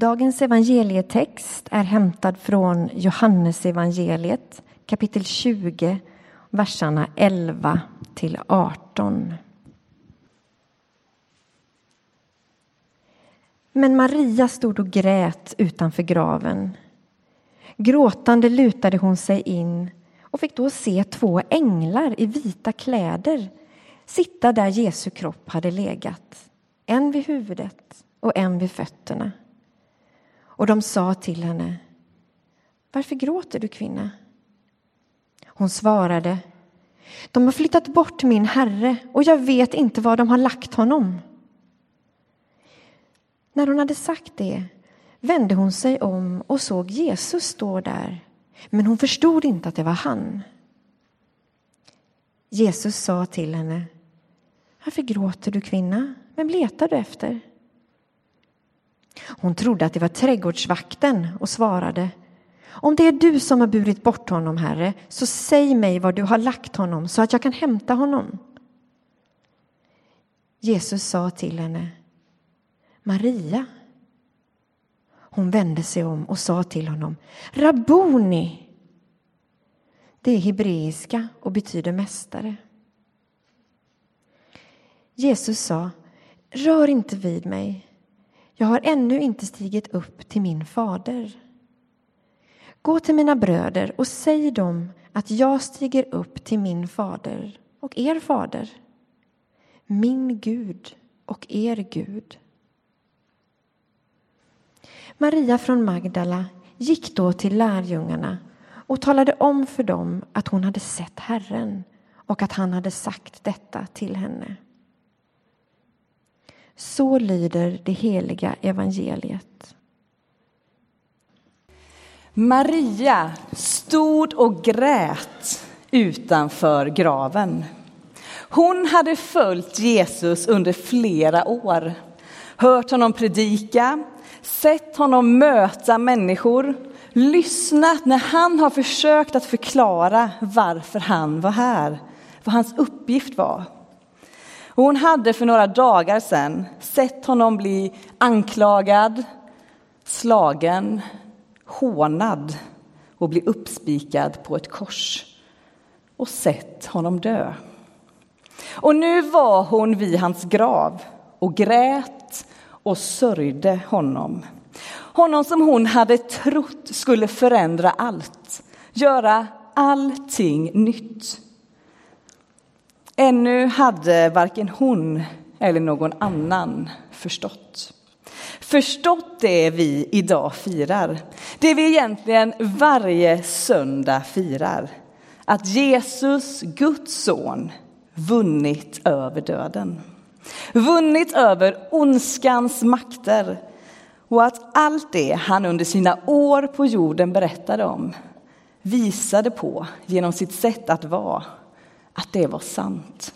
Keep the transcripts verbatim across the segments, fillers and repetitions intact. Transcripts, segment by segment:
Dagens evangelietext är hämtad från Johannes evangeliet, kapitel tjugo, verserna elva till arton. Men Maria stod och grät utanför graven. Gråtande lutade hon sig in och fick då se två änglar i vita kläder sitta där Jesu kropp hade legat, en vid huvudet och en vid fötterna. Och de sa till henne: varför gråter du, kvinna? Hon svarade: de har flyttat bort min herre och jag vet inte var de har lagt honom. När hon hade sagt det vände hon sig om och såg Jesus stå där, men hon förstod inte att det var han. Jesus sa till henne: varför gråter du, kvinna? Vem letar du efter? Hon trodde att det var trädgårdsvakten och svarade: om det är du som har burit bort honom, herre, så säg mig var du har lagt honom så att jag kan hämta honom. Jesus sa till henne: Maria. Hon vände sig om och sa till honom: Rabboni. Det är hebreiska och betyder mästare. Jesus sa: rör inte vid mig. Jag har ännu inte stigit upp till min fader. Gå till mina bröder och säg dem att jag stiger upp till min fader och er fader, min Gud och er Gud. Maria från Magdala gick då till lärjungarna och talade om för dem att hon hade sett Herren och att han hade sagt detta till henne. Så lyder det heliga evangeliet. Maria stod och grät utanför graven. Hon hade följt Jesus under flera år, hört honom predika, sett honom möta människor, lyssnat när han har försökt att förklara varför han var här, vad hans uppgift var. Och hon hade för några dagar sedan sett honom bli anklagad, slagen, hånad och bli uppspikad på ett kors och sett honom dö. Och nu var hon vid hans grav och grät och sörjde honom. Honom som hon hade trott skulle förändra allt, göra allting nytt. Ännu hade varken hon eller någon annan förstått. Förstått det vi idag firar. Det vi egentligen varje söndag firar. Att Jesus, Guds son, vunnit över döden. Vunnit över ondskans makter. Och att allt det han under sina år på jorden berättade om visade på genom sitt sätt att vara att det var sant.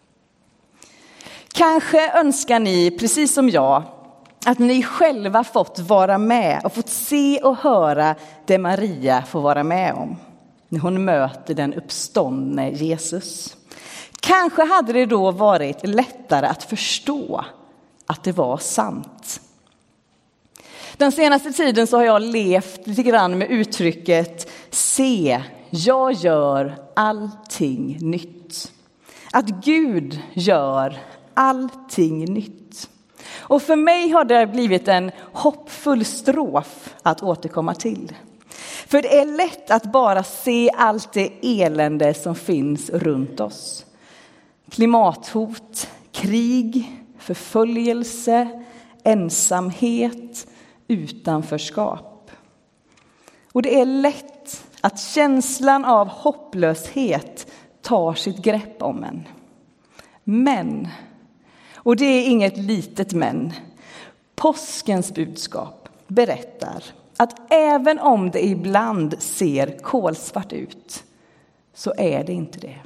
Kanske önskar ni, precis som jag, att ni själva fått vara med och fått se och höra det Maria får vara med om när hon möter den uppståndne Jesus. Kanske hade det då varit lättare att förstå att det var sant. Den senaste tiden så har jag levt lite grann med uttrycket se, jag gör allting nytt. Att Gud gör allting nytt. Och för mig har det blivit en hoppfull strof att återkomma till. För det är lätt att bara se allt det elände som finns runt oss. Klimathot, krig, förföljelse, ensamhet, utanförskap. Och det är lätt att känslan av hopplöshet tar sitt grepp om en. Men, och det är inget litet men, påskens budskap berättar att även om det ibland ser kolsvart ut så är det inte det.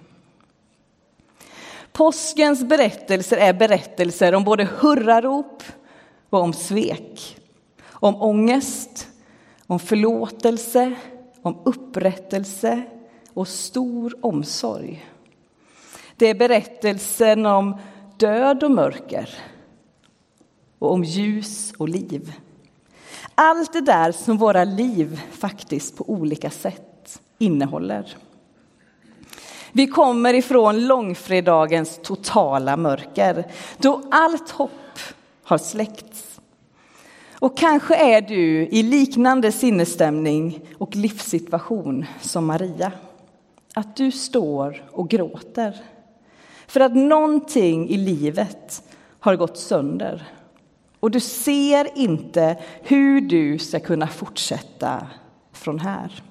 Påskens berättelser är berättelser om både hurrarop och om svek. Om ångest, om förlåtelse, om upprättelse och stor omsorg. Det är berättelsen om död och mörker och om ljus och liv. Allt det där som våra liv faktiskt på olika sätt innehåller. Vi kommer ifrån långfredagens totala mörker, då allt hopp har släckts. Och kanske är du i liknande sinnesstämning och livssituation som Maria. Att du står och gråter för att någonting i livet har gått sönder. Och du ser inte hur du ska kunna fortsätta från här.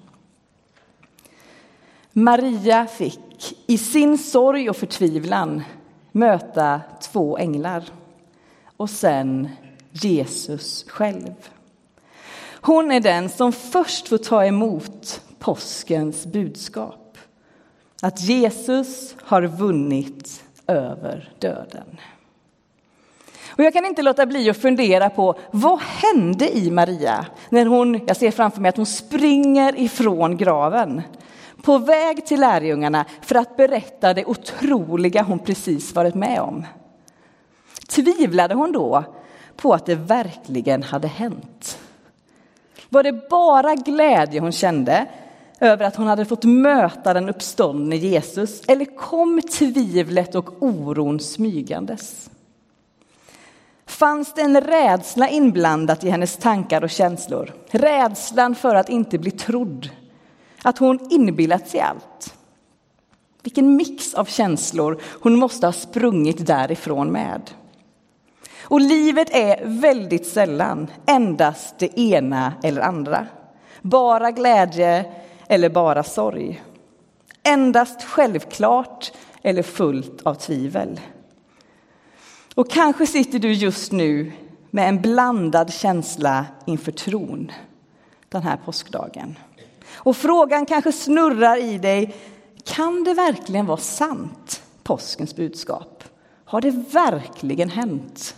Maria fick i sin sorg och förtvivlan möta två änglar. Och sen Jesus själv. Hon är den som först får ta emot påskens budskap. Att Jesus har vunnit över döden. Och jag kan inte låta bli att fundera på vad hände i Maria när hon, jag ser framför mig att hon springer ifrån graven. På väg till lärjungarna för att berätta det otroliga hon precis varit med om. Tvivlade hon då på att det verkligen hade hänt? Var det bara glädje hon kände över att hon hade fått möta den uppståndne Jesus? Eller kom tvivlet och oron smygandes? Fanns det en rädsla inblandat i hennes tankar och känslor? Rädslan för att inte bli trodd. Att hon inbillat sig allt. Vilken mix av känslor hon måste ha sprungit därifrån med. Och livet är väldigt sällan endast det ena eller andra. Bara glädje eller bara sorg. Endast självklart eller fullt av tvivel. Och kanske sitter du just nu med en blandad känsla inför tron den här påskdagen. Och frågan kanske snurrar i dig, kan det verkligen vara sant, påskens budskap? Har det verkligen hänt?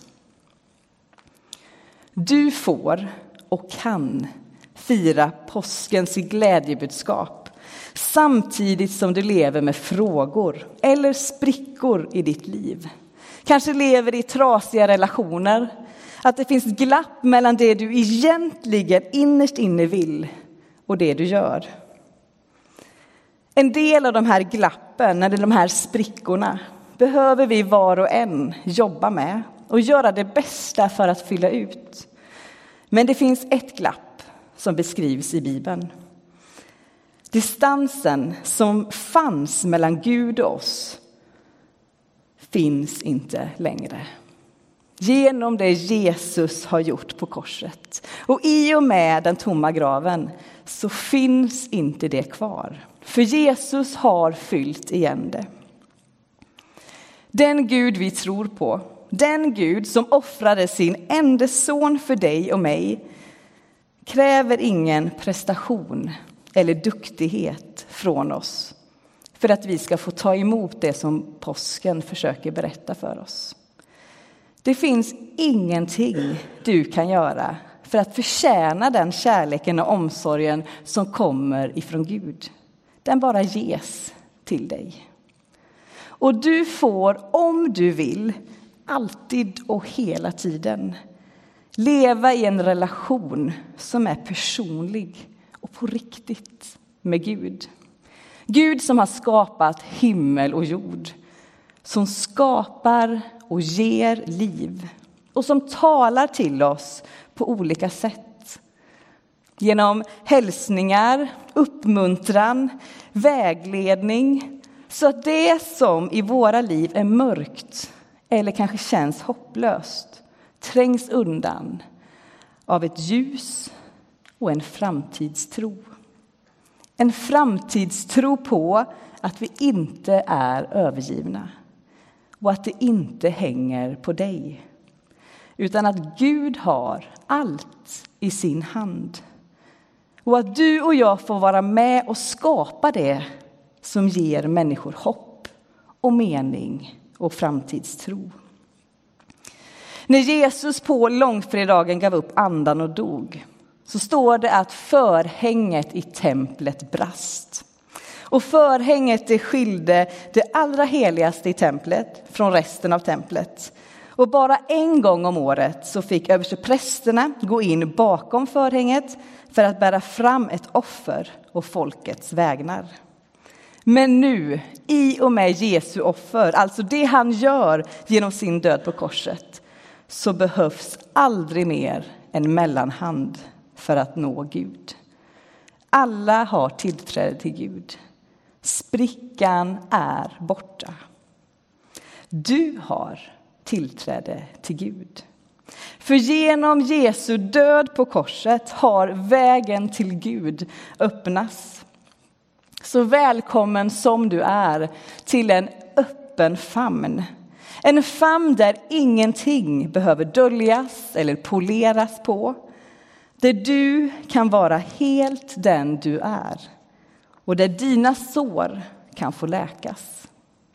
Du får och kan fira påskens glädjebudskap samtidigt som du lever med frågor eller sprickor i ditt liv. Kanske lever i trasiga relationer, att det finns glapp mellan det du egentligen innerst inne vill och det du gör. En del av de här glappen, eller de här sprickorna, behöver vi var och en jobba med och göra det bästa för att fylla ut. Men det finns ett glapp som beskrivs i Bibeln. Distansen som fanns mellan Gud och oss finns inte längre. Genom det Jesus har gjort på korset. Och i och med den tomma graven så finns inte det kvar. För Jesus har fyllt igen det. Den Gud vi tror på, den Gud som offrade sin enda son för dig och mig, kräver ingen prestation eller duktighet från oss för att vi ska få ta emot det som påsken försöker berätta för oss. Det finns ingenting du kan göra för att förtjäna den kärleken och omsorgen som kommer ifrån Gud. Den bara ges till dig. Och du får, om du vill, alltid och hela tiden leva i en relation som är personlig och på riktigt med Gud. Gud som har skapat himmel och jord, som skapar och ger liv och som talar till oss på olika sätt. Genom hälsningar, uppmuntran, vägledning, så att det som i våra liv är mörkt eller kanske känns hopplöst trängs undan av ett ljus och en framtidstro. En framtidstro på att vi inte är övergivna och att det inte hänger på dig, utan att Gud har allt i sin hand. Och att du och jag får vara med och skapa det som ger människor hopp och mening och framtidstro. När Jesus på långfredagen gav upp andan och dog, så står det att förhänget i templet brast. Och förhänget det skilde det allra heligaste i templet från resten av templet. Och bara en gång om året så fick översteprästerna gå in bakom förhänget för att bära fram ett offer och folkets vägnar. Men nu, i och med Jesu offer, alltså det han gör genom sin död på korset, så behövs aldrig mer en mellanhand för att nå Gud. Alla har tillträde till Gud. Sprickan är borta. Du har tillträde till Gud. För genom Jesu död på korset har vägen till Gud öppnats. Så välkommen som du är till en öppen famn. En famn där ingenting behöver döljas eller poleras på. Där du kan vara helt den du är. Och där dina sår kan få läkas.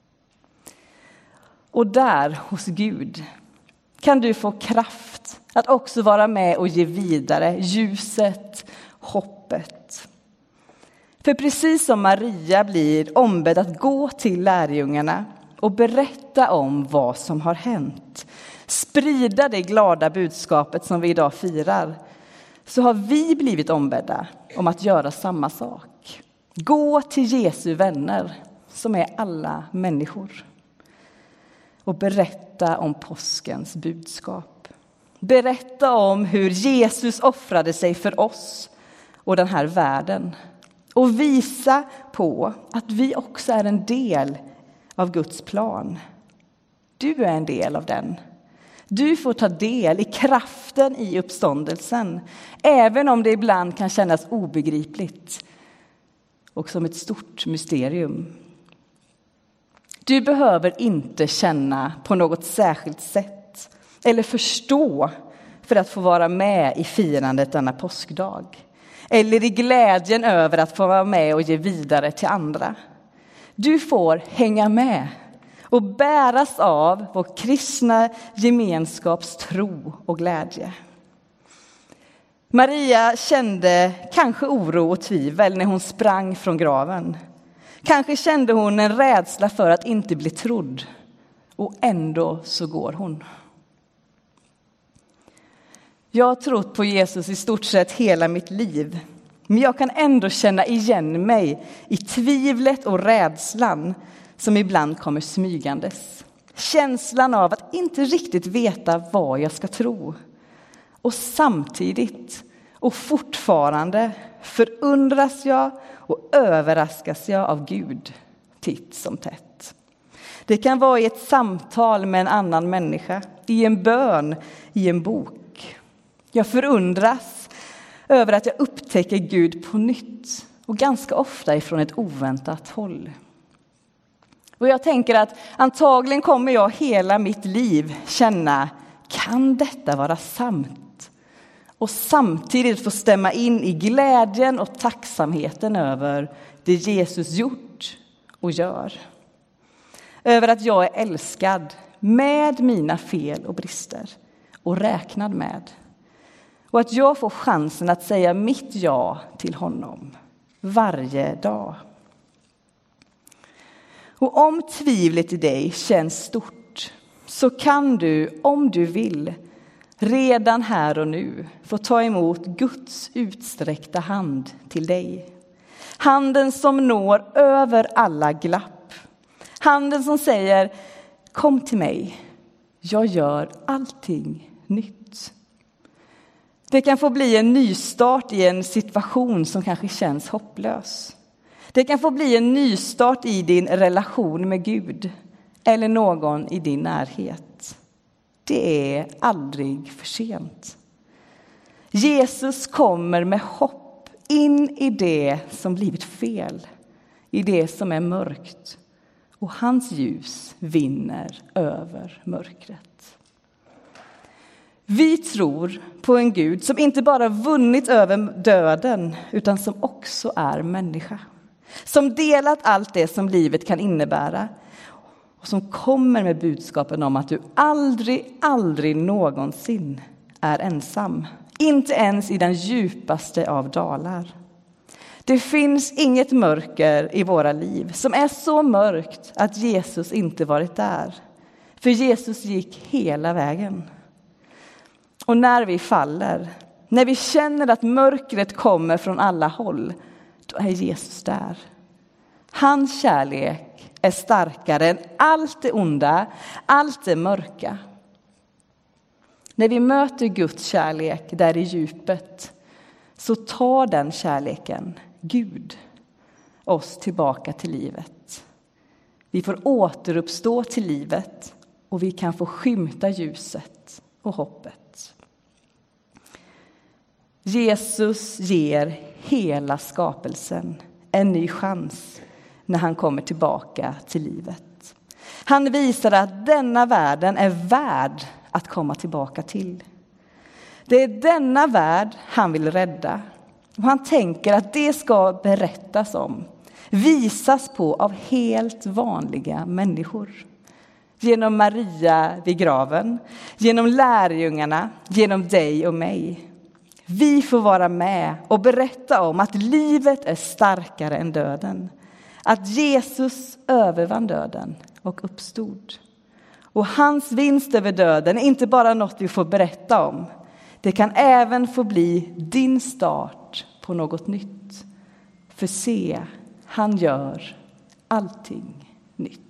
Och där hos Gud kan du få kraft att också vara med och ge vidare ljuset, hoppet. För precis som Maria blir ombedd att gå till lärjungarna och berätta om vad som har hänt, sprida det glada budskapet som vi idag firar, så har vi blivit ombedda om att göra samma sak. Gå till Jesu vänner, som är alla människor, och berätta om påskens budskap. Berätta om hur Jesus offrade sig för oss och den här världen. Och visa på att vi också är en del av Guds plan. Du är en del av den. Du får ta del i kraften i uppståndelsen, även om det ibland kan kännas obegripligt och som ett stort mysterium. Du behöver inte känna på något särskilt sätt eller förstå för att få vara med i firandet denna påskdag. Eller i glädjen över att få vara med och ge vidare till andra. Du får hänga med och bäras av vår kristna gemenskaps tro och glädje. Maria kände kanske oro och tvivel när hon sprang från graven. Kanske kände hon en rädsla för att inte bli trodd. Och ändå så går hon. Jag har trott på Jesus i stort sett hela mitt liv. Men jag kan ändå känna igen mig i tvivlet och rädslan som ibland kommer smygandes. Känslan av att inte riktigt veta vad jag ska tro. Och samtidigt och fortfarande förundras jag och överraskas jag av Gud titt som tätt. Det kan vara i ett samtal med en annan människa, i en bön, i en bok. Jag förundras över att jag upptäcker Gud på nytt och ganska ofta ifrån ett oväntat håll. Och jag tänker att antagligen kommer jag hela mitt liv känna, kan detta vara sant? Och samtidigt få stämma in i glädjen och tacksamheten över det Jesus gjort och gör. Över att jag är älskad med mina fel och brister och räknad med. Och att jag får chansen att säga mitt ja till honom varje dag. Och om tvivlet i dig känns stort så kan du, om du vill, redan här och nu få ta emot Guds utsträckta hand till dig. Handen som når över alla glapp. Handen som säger, kom till mig, jag gör allting nytt. Det kan få bli en nystart i en situation som kanske känns hopplös. Det kan få bli en nystart i din relation med Gud eller någon i din närhet. Det är aldrig för sent. Jesus kommer med hopp in i det som blivit fel, i det som är mörkt. Och hans ljus vinner över mörkret. Vi tror på en Gud som inte bara vunnit över döden utan som också är människa. Som delat allt det som livet kan innebära. Och som kommer med budskapen om att du aldrig, aldrig någonsin är ensam. Inte ens i den djupaste av dalar. Det finns inget mörker i våra liv som är så mörkt att Jesus inte varit där. För Jesus gick hela vägen. Och när vi faller, när vi känner att mörkret kommer från alla håll, då är Jesus där. Hans kärlek är starkare än allt det onda, allt det mörka. När vi möter Guds kärlek där i djupet, så tar den kärleken, Gud, oss tillbaka till livet. Vi får återuppstå till livet och vi kan få skymta ljuset och hoppet. Jesus ger hela skapelsen en ny chans när han kommer tillbaka till livet. Han visar att denna världen är värd att komma tillbaka till. Det är denna värld han vill rädda. Och han tänker att det ska berättas om, visas på av helt vanliga människor. Genom Maria vid graven, genom lärjungarna, genom dig och mig. Vi får vara med och berätta om att livet är starkare än döden. Att Jesus övervann döden och uppstod. Och hans vinst över döden är inte bara något vi får berätta om. Det kan även få bli din start på något nytt. För se, han gör allting nytt.